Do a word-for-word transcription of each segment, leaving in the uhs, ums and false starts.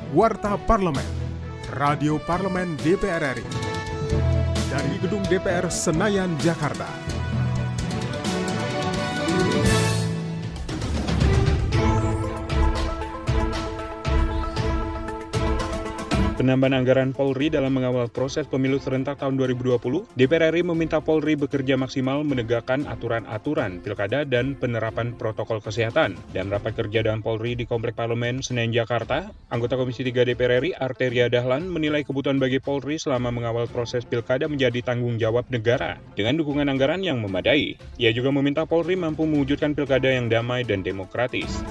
Warta Parlemen, Radio Parlemen D P R R I, dari Gedung D P R Senayan, Jakarta. Penambahan anggaran Polri dalam mengawal proses pemilu serentak tahun dua ribu dua puluh, D P R R I meminta Polri bekerja maksimal menegakkan aturan-aturan pilkada dan penerapan protokol kesehatan. Dalam rapat kerja dengan Polri di Komplek Parlemen Senayan, Jakarta, anggota Komisi tiga D P R R I Arteria Dahlan menilai kebutuhan bagi Polri selama mengawal proses pilkada menjadi tanggung jawab negara dengan dukungan anggaran yang memadai. Ia juga meminta Polri mampu mewujudkan pilkada yang damai dan demokratis.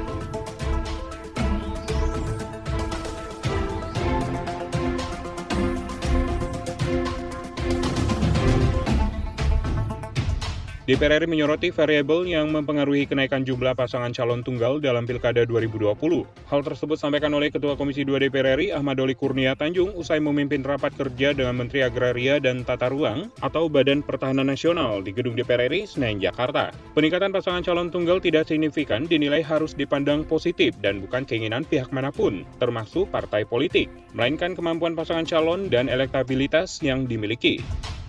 D P R R I menyoroti variabel yang mempengaruhi kenaikan jumlah pasangan calon tunggal dalam Pilkada dua ribu dua puluh. Hal tersebut disampaikan oleh Ketua Komisi dua D P R R I Ahmad Doli Kurnia Tanjung usai memimpin rapat kerja dengan Menteri Agraria dan Tata Ruang atau Badan Pertahanan Nasional di Gedung D P R R I Senayan, Jakarta. Peningkatan pasangan calon tunggal tidak signifikan dinilai harus dipandang positif dan bukan keinginan pihak manapun, termasuk partai politik, melainkan kemampuan pasangan calon dan elektabilitas yang dimiliki.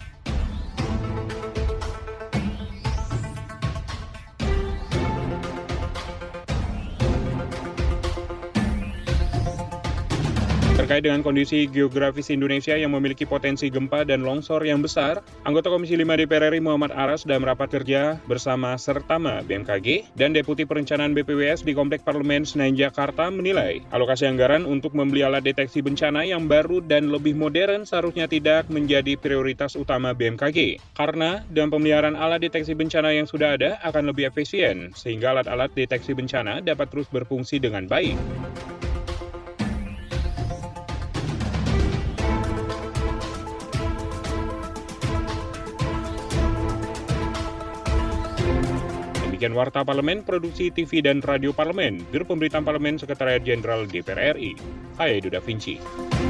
Terkait dengan kondisi geografis Indonesia yang memiliki potensi gempa dan longsor yang besar, anggota Komisi lima D P R R I Muhammad Aras dalam rapat kerja bersama Sertama B M K G dan Deputi Perencanaan B P W S di Komplek Parlemen Senayan, Jakarta menilai alokasi anggaran untuk membeli alat deteksi bencana yang baru dan lebih modern seharusnya tidak menjadi prioritas utama B M K G. Karena dengan pemeliharaan alat deteksi bencana yang sudah ada akan lebih efisien, sehingga alat-alat deteksi bencana dapat terus berfungsi dengan baik. Demikian Warta Parlemen, Produksi T V dan Radio Parlemen, Biro Pemberitaan Parlemen, Sekretariat Jenderal D P R R I. Saya Edo Da Vinci.